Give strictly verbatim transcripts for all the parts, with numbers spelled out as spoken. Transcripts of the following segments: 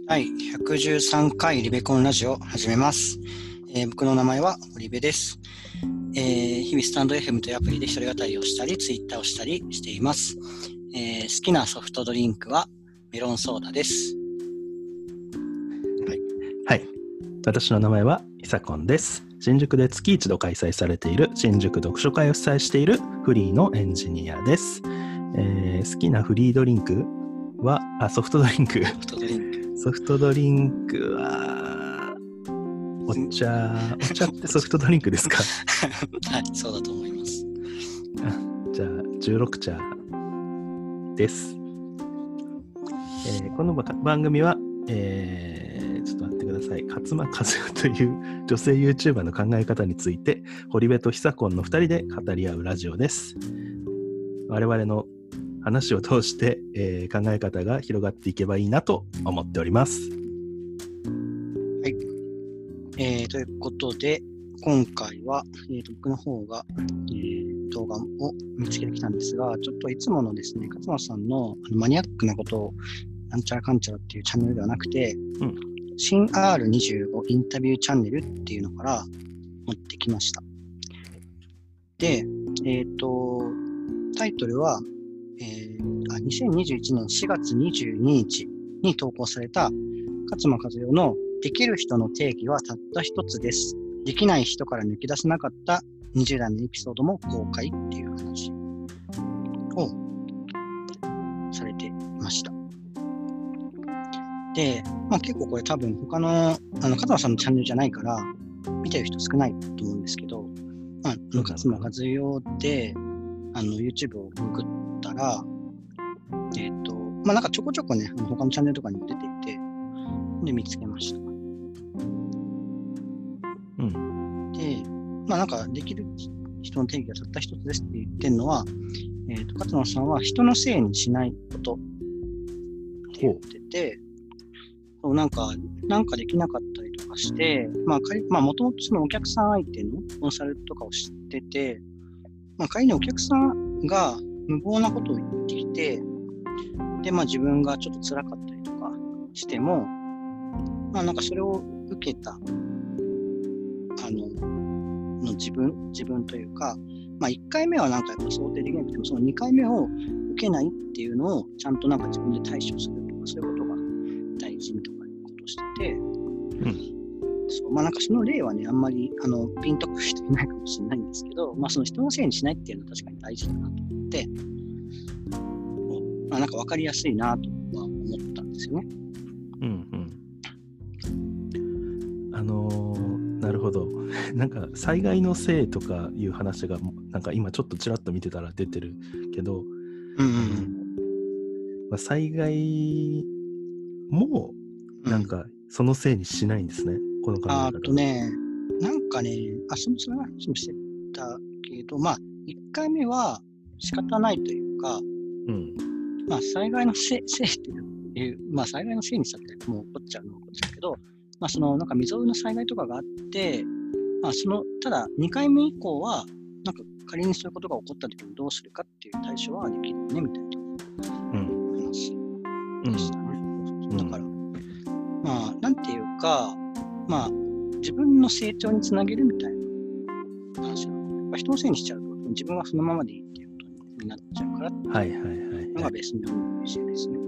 だいひゃくじゅうさんかいリベコンラジオを始めます。えー僕の名前は堀部です。えー日々スタンド エフエム というアプリで一人語りをしたり、ツイッターをしたりしています。えー好きなソフトドリンクはメロンソーダです。 はい。私の名前はイサコンです。新宿で月一度開催されている新宿読書会を主催しているフリーのエンジニアです。えー好きなフリードリンクは、あ、ソフトドリンク。 ソフトドリンク。 ソフトドリンクは、お茶、お茶ってソフトドリンクですか？ はい、そうだと思います。 あ、じゃあ、じゅうろく茶です。えーこの番組は、えーちょっと待ってください。勝間和代という女性 YouTuber の考え方について、堀部と久子のふたりで語り合うラジオです。我々の話を通して、えー考え方が広がっていけばいいなと思っております。 はい。えーということで、今回は、えーと僕の方が、えー動画を見つけてきたんですが、ちょっといつものですね、勝間さんのあのマニアックなことをなんちゃらかんちゃらっていうチャンネルではなくて、 うん新 アールにじゅうご インタビューチャンネルっていうのから持ってきました。で、えっ、と、タイトルは、えーあ、にせんにじゅういちねんしがつにじゅうににちに投稿された勝間和代のできる人の定義はたった一つです。できない人から抜き出せなかったにじゅう代のエピソードも公開っていう話をされていました。で、まあ、結構これ多分他の、あの、勝間さんのチャンネルじゃないから、見てる人少ないと思うんですけど、まあ、あの勝間和代で、あの、YouTube をググったら、えっ、と、まあ、なんかちょこちょこね、あの他のチャンネルとかにも出ていて、で、見つけました。 うん。 で、まあ、なんかできる人の定義がたった一つですって言ってるのは、えっ、と、勝間さんは人のせいにしないことって言ってて、そうなんか、なんかできなかったりとかして、まあ、仮まあ、もともとそのお客さん相手のコンサルとかを知ってて、まあ、仮にお客さんが無謀なことを言ってきて、で、まあ、自分がちょっと辛かったりとかしても、まあ、なんかそれを受けた、あの、の自分、自分というか、まあ、いっかいめはなんかやっぱ想定できなくても、そのにかいめを受けないっていうのをちゃんとなんか自分で対処するとか、そういうことが大事とかいうことをしてて、 うん。 そうまあなんかその例はね、あんまりあのピンとくる人いないかもしれないんですけど、まあその人のせいにしないっていうのは確かに大事だなと思って、まあなんか分かりやすいなとは思ったんですよね。 うんうん。あのーなるほど。なんか災害のせいとかいう話がなんか今ちょっとちらっと見てたら出てるけど、 うんうんあのまあ、災害もうん。 なんかそのせいにしないんですね、この考え方は。 あーとね、なんかね、あ、そのその話もしてたけど、まあいっかいめは仕方ないというか、 うん。 まあ災害のせい、せいっていう、まあ災害のせいにしたってもう起こっちゃうのは起こっちゃうけど、まあそのなんか未曾有の災害とかがあって、まあその、ただにかいめ以降は、なんか仮にそういうことが起こった時にどうするかっていう対処はできるよねみたいなうん。 話うん。 でしたね。 うんだから、まあなんていうか、まあ自分の成長につなげるみたいな話なの。やっぱ人のせいにしちゃうと自分はそのままでいいっていうことになっちゃうからっていうはいはいはいのがベースになるかもしれないですね。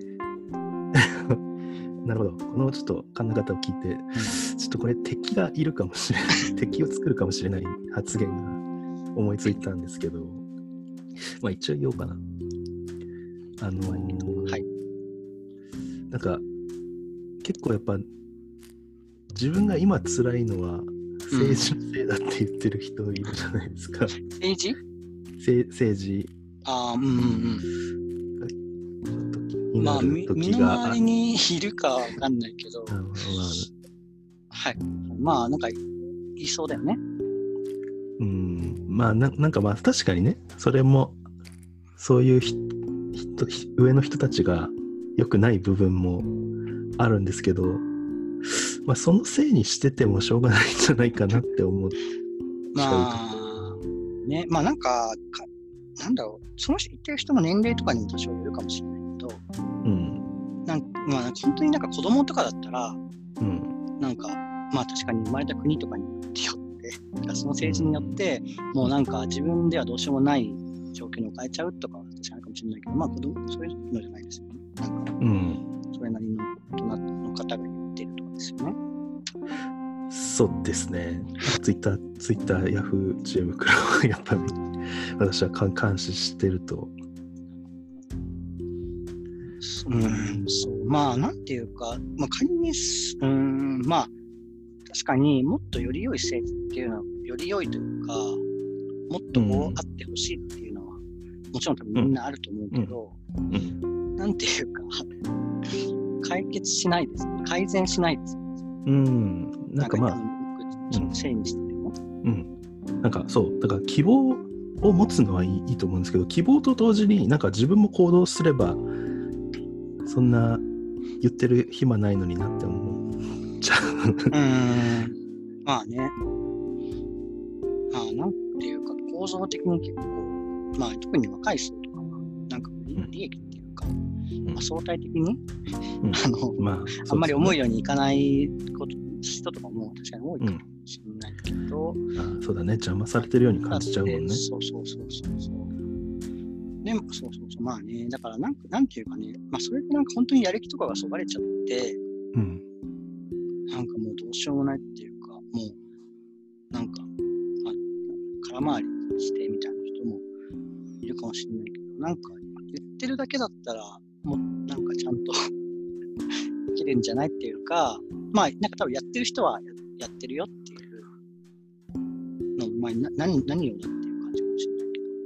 なるほど。このちょっと考え方を聞いて、ちょっとこれ敵がいるかもしれない、敵を作るかもしれない発言が思いついたんですけど、まあ一応言おうかな。あのーはい。 なんか結構やっぱ自分が今辛いのは政治のせいだって言ってる人いるじゃないですか。 政治せ政治ああ、うんうんうん。 ちょっと気にまあ、 なるみ身の時が、 回りにいるかはわかんないけど、 あのまはい。まあ、なんか、いそうだよね。 あ、うんまあな、なんかまあ確かにね、それもそういうひ人ひ上の人たちが良くない部分もあるんですけど、まあそのせいにしててもしょうがないんじゃないかなって思う人まが多いかあ、ね、まあなんか、かなんだろう、その人言ってる人の年齢とかにも多少いるかもしれないけど、 うんなんまあ本当になんか子供とかだったら、 うん、 なんかまあ確かに生まれた国とかによってよってその政治によってもうなんか自分ではどうしようもない状況に置かれちゃうとかは確かにあるかもしれないけど、まあ子供そういうのじゃないですよね。なんか、うん、それなりの大人の方が言ってるとかですよね。 そうですね。ツイッター、ツイッター、ヤフー、知恵袋をやっぱり私は監視してると。 うん、そう、まあ、なんていうか、まあ、仮に、うん、まあ、確かにもっとより良い政治っていうのは、より良いというか、もっとこうあってほしいっていうのは、うん、もちろん多分みんなあると思うけど、うんうん、なんていうか、解決しないです。改善しないです。 うん、なんかまあ、 ちょっと整理してても、 うん、うん、なんかそう、だから希望を持つのはいい、いいと思うんですけど、希望と同時になんか自分も行動すれば、そんな言ってる暇ないのになって思っちゃう。うーん、まあね。まあなんていうか構造的に結構、まあ特に若い人とかはなんか利益っていうか、うん、まあ、相対的に、うん、あの、まあ、あんまり思うようにいかないこと人とかも確かに多いかもしれないけど、 うん、あ、そうだね、邪魔されてるように感じちゃうもんね。 そうそうそうそうそう。でもそうそうそう、まあね、だからなんかなんていうかね、まあそれでなんか本当にやる気とかがそがれちゃって、うん、なんかもうどうしようもないっていうか、もうなんか、まあ、空回りしてみたいな人もいるかもしれないけど、なんか言ってるだけだったらもうなんかちゃんとできるんじゃないっていうか、まあなんか多分やってる人は や, やってるよっていうの、まあな何何をやっていう感じかもしれないけど。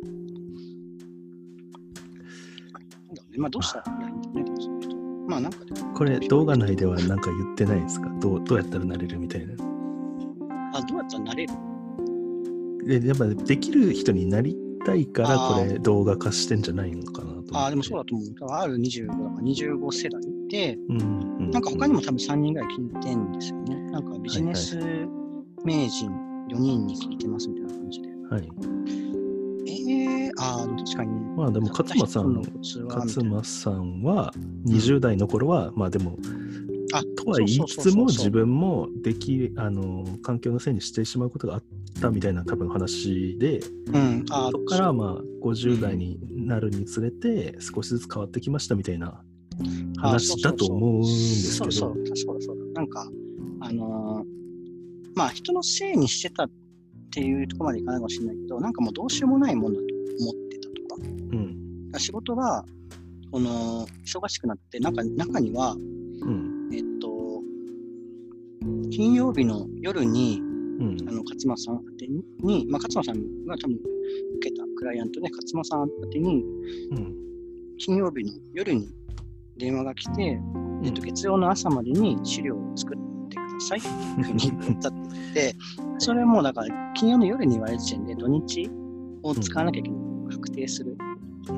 まあどうしたらいいんだろうね、でもそういう人。まあなんかでもこれ動画内ではなんか言ってないですか？どうどうやったらなれるみたいな。 あ、どうやったらなれる？ でやっぱできる人になりたいからこれ動画化してんじゃないのかなと思って。 ああ、でもそうだと思う。アールにじゅうご だからにじゅうご世代で、うんうんうん、なんか他にも多分さんにんぐらい聞いてんですよね。なんかビジネス名人よにんに聞いてますみたいな感じで。はい。えー、ああ、確かにね。 まあでも勝間さん、勝間さんはにじゅう代の頃は、うん、まあでも、あとは言いつつも自分もできあの環境のせいにしてしまうことがあったみたいな多分話で、うん、あそこからまあごじゅう代になるにつれて少しずつ変わってきましたみたいな話だと思うんですけど、 そうそうそうそうなんかあのー、まあ人のせいにしてたっていうところまでいかないかもしれないけど、なんかもうどうしようもないもんだと思ってたとか、うん、仕事がこの忙しくなって中中には、うん、えっと金曜日の夜に、うん、あの勝間さん宛てに、まあ、勝間さんが多分受けたクライアントで勝間さん宛てに、うん、金曜日の夜に電話が来て、うん、えっと、月曜の朝までに資料を作ってくださいっていうふうに言ったって言って、それもだから金曜の夜に言われる時点で土日を使わなきゃいけないのが確定する。うん、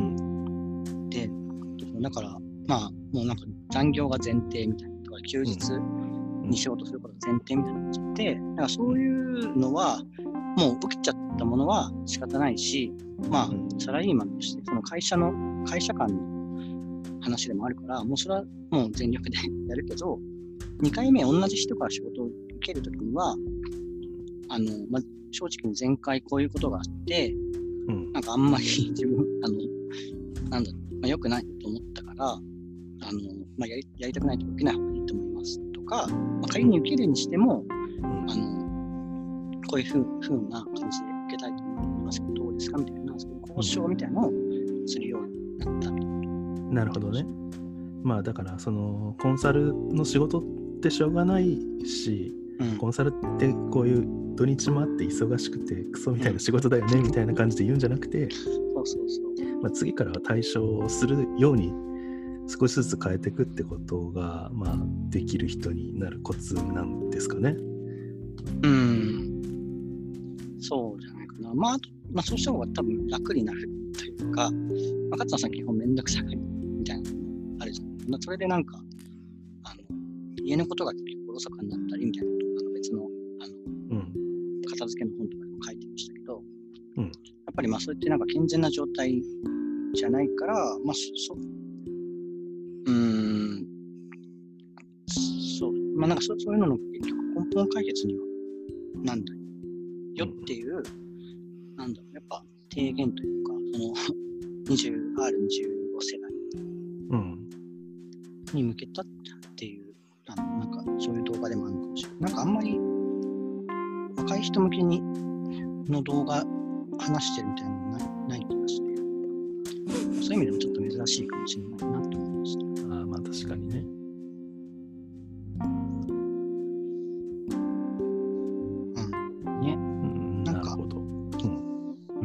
で、だからまあもうなんか残業が前提みたいなとか休日、うんにしようとすることが前提みたいになっちゃって、だからそういうのはもう受けちゃったものは仕方ないし、まあサラリーマンとしてその会社の会社間の話でもあるから、もうそれはもう全力でやるけど、にかいめ同じ人から仕事を受けるときには、あのまあ、正直に前回こういうことがあって、うん、なんかあんまり自分あのなんだろう、まあ、良くないと思ったから、あのまあやりやりたくないと受けない方がいいと思いますとか。まあ、仮に受けるにしても、うん、あのこういうふう、ふうな感じで受けたいと思いますけど、どうですかみたいな、そういう交渉みたいなのをするようになったみたいな。 なるほどね。まあだから、そのコンサルの仕事ってしょうがないし、うん、コンサルってこういう土日もあって忙しくてクソみたいな仕事だよね、うん、みたいな感じで言うんじゃなくて、そうそうそう。まあ、次からは対処するように少しずつ変えていくってことが、まあ、できる人になるコツなんですかね。 うん、そうじゃないかな。まあ、まあ、そうした方が多分楽になるというか、まあ、勝間さん結構めんどくさいみたいなのあるじゃない。まあ、それでなんか、あの家のことが結構おろそかになったりみたいなことが別の、あの、うん、片付けの本とかでも書いてましたけど、うん、やっぱりまあそうやってなんか健全な状態じゃないから、まあそ、うーん、 まあなんかそそういうのの結局根本解決にはなんだよっていう、うん、なんだろう、やっぱ提言というか、その にじゅうアールにじゅうご 世代に向けたっていう、うん、なんかそういう動画でもあるのかもしれない。なんかあんまり若い人向けにの動画話してるみたいなのないない気がして、そういう意味でもちょっと珍しいかもしれないなと思いました。 ああ、まあ確かにね。 うん。ね。うん、なんか、なるほど。うん。うん。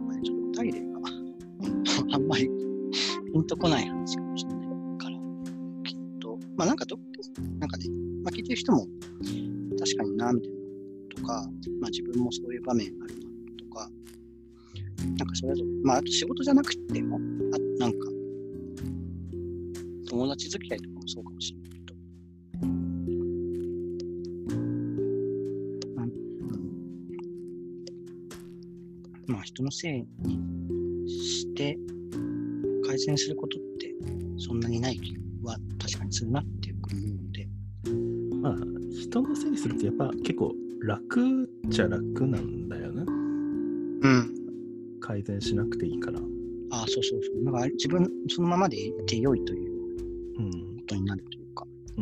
まあ、ちょっと具体例があんまりピンとこない話かもしれないから、きっと、まあなんかど、なんかね、まあ聞いてる人も確かにな、みたいなとか、まあ自分もそういう場面あるなとか、なんかそれぞれ、まああと仕事じゃなくても、あなんか、友達付き合いとかもそうかもしれないけど、なんまあ人のせいにして改善することってそんなにない気は確かにするなっていう思うので、 まあ人のせいにするってやっぱ結構楽っちゃ楽なんだよね。 うん。 改善しなくていいから。 ああ、そうそうそう。なんか自分そのままでいて良いということになるというか。 うん。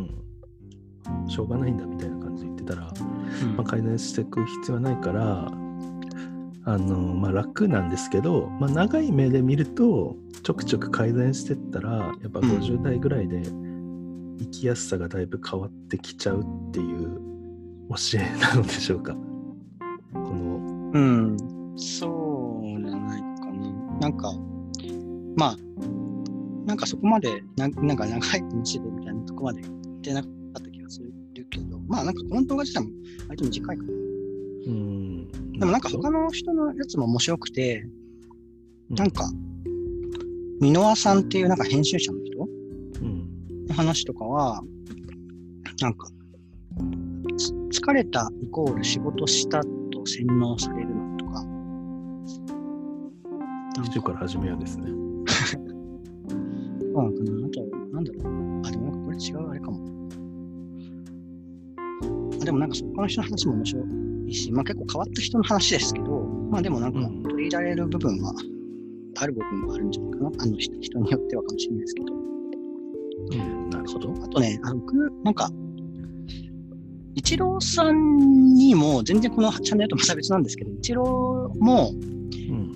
しょうがないんだみたいな感じで言ってたら、うんまあ、改善していく必要はないから、あのまあ楽なんですけど、まあ、長い目で見るとちょくちょく改善してったらやっぱごじゅう代ぐらいで生きやすさがだいぶ変わってきちゃうっていう教えなのでしょうか。このうんそうじゃないかな。なんかまあなんかそこまでななんか長い話でみたいなとこまで言ってなかった気がするけど、まあなんかこの動画自体も割と短いから。うんでもなんか他の人のやつも面白くて、うん、なんか箕輪さんっていうなんか編集者の人、うん、の話とかはなんか疲れたイコール仕事したと洗脳されるのとか、 途中から始めようですね。 そうなのかな。あとなんだろう。あでもなんかこれ違うあれかも。あでもなんか他の人の話も面白いし、まあ結構変わった人の話ですけど、まあでもなんか取り入れられる部分は、ある部分はあるんじゃないかな。あの人によってはかもしれないですけど。 うん、なるほど。 あとね、あの僕なんかイチローさんにも全然このチャンネルとまた別なんですけど、イチローも、うん、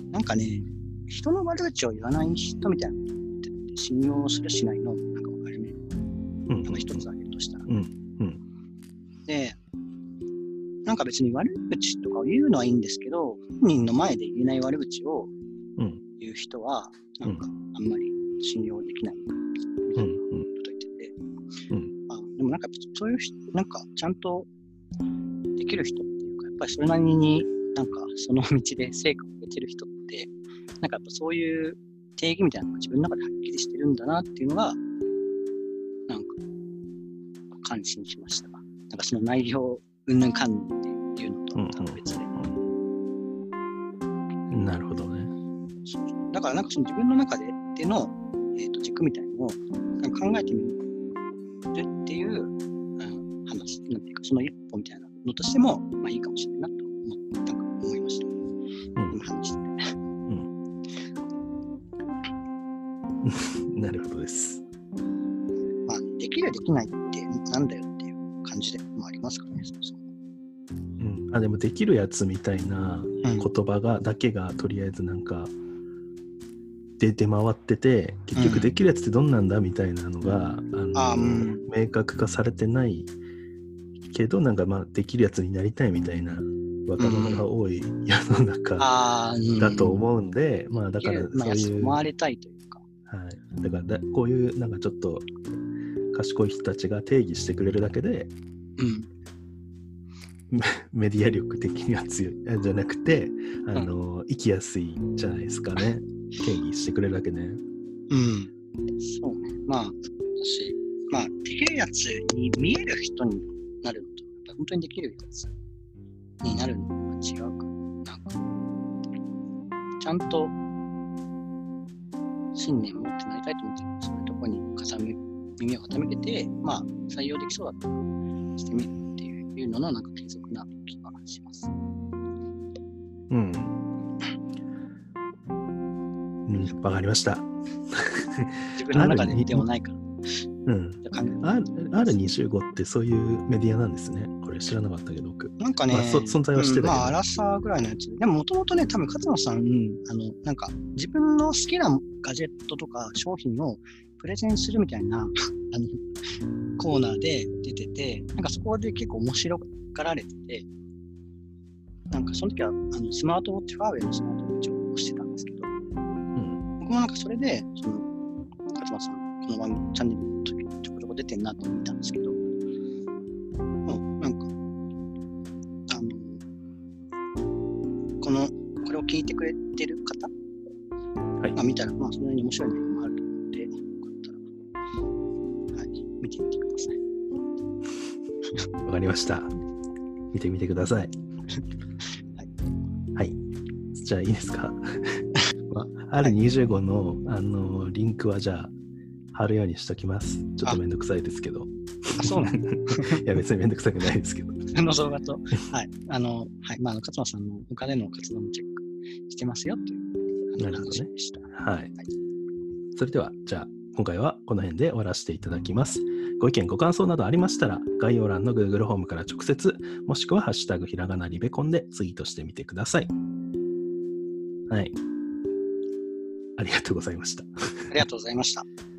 なんかね、人の悪口を言わない人みたいなことって信用するしないのなんか分かるね。うん、なんか一つ挙げるとしたら。うんうん、で、なんか別に悪口とかを言うのはいいんですけど、本人の前で言えない悪口を言う人は、なんかあんまり信用できないみたいなこと言ってて、うんうん、あでもなんかそういう人、なんかちゃんとできる人っていうか、やっぱりそれなりになんかその道で成果を上げてる人って、なんかやっぱそういう定義みたいなのが自分の中ではっきりしてるんだなっていうのが、なんか感心しました。なんかその内容うんぬんかんぬんっていうのとは多分別で、 うんうん、なるほどね。 そうだからなんかその自分の中ででの、えー、と軸みたいなのを考えてみるっていう、うん、話なんていうかその一歩みたいなのとしてもまあいいかもしれないなと思ったか思いました。うん、今話してて、 うん、なるほどです。 まあできるできないってなんだよっていう感じでもありますからね。そうそううん、あでもできるやつみたいな言葉が、うん、だけがとりあえずなんか出て回ってて、結局できるやつってどんなんだみたいなのが、うん、あの、うん、明確化されてないけどなんかまあできるやつになりたいみたいな若者が多い世の中だと思うんで、うん、まあだからそういう思われたいというか、 はい、だからだこういうなんかちょっと賢い人たちが定義してくれるだけで、うんメディア力的には強いじゃなくて、あの、うん、生きやすいじゃないですかね。定義してくれるだけね。 うん。そうね。まあ、私、まあ、できるやつに見える人になるのと、本当にできるやつになるのは違うか。なんか、ちゃんと信念を持ってなりたいと思ってるそういうところに傾耳を傾けて、まあ、採用できそうだったらしてみるっていうののなんか継続な気がします。 うん。うん、わかりました。 自分の中ででもないから。 うん。アールにじゅうご ってそういうメディアなんですね。これ知らなかったけど、僕。 なんかね、 まあ、存在はしてたけど。 うん、まあ、アラサーぐらいのやつ。でも、もともとね、多分勝野さん、あの、なんか、自分の好きなガジェットとか商品をプレゼンするみたいな、あの、コーナーで出てて、なんかそこで結構面白がられてて、なんかその時は、あのスマートウォッチ、ファーウェイのスマートウォッチをしてたんですけど、うん、僕もなんかそれで、その、勝間さん、この番組、チャンネルちょこちょこ出てんなって見たんですけど、うん、なんか、あの、この、これを聞いてくれてる方、はい、まあ見たら、まあそんなに面白い内容もあると思うので、よかったら、はい、見てみてください。 わかりました。見てみてください。はい。はい。じゃあいいですか。まあ、アールにじゅうご の、あのリンクはじゃあ貼るようにしときます。ちょっとめんどくさいですけど。 あ、そうなの？いや別にめんどくさくないですけど。 あの動画と、はい。あの、はい。まあ、勝間さんの他での活動もチェックしてますよという話でした。 はい。はい。それでは、じゃあ今回はこの辺で終わらせていただきます。ご意見ご感想などありましたら概要欄の Google ホームから直接もしくはハッシュタグひらがなリベコンでツイートしてみてください。はい。ありがとうございました。 ありがとうございました。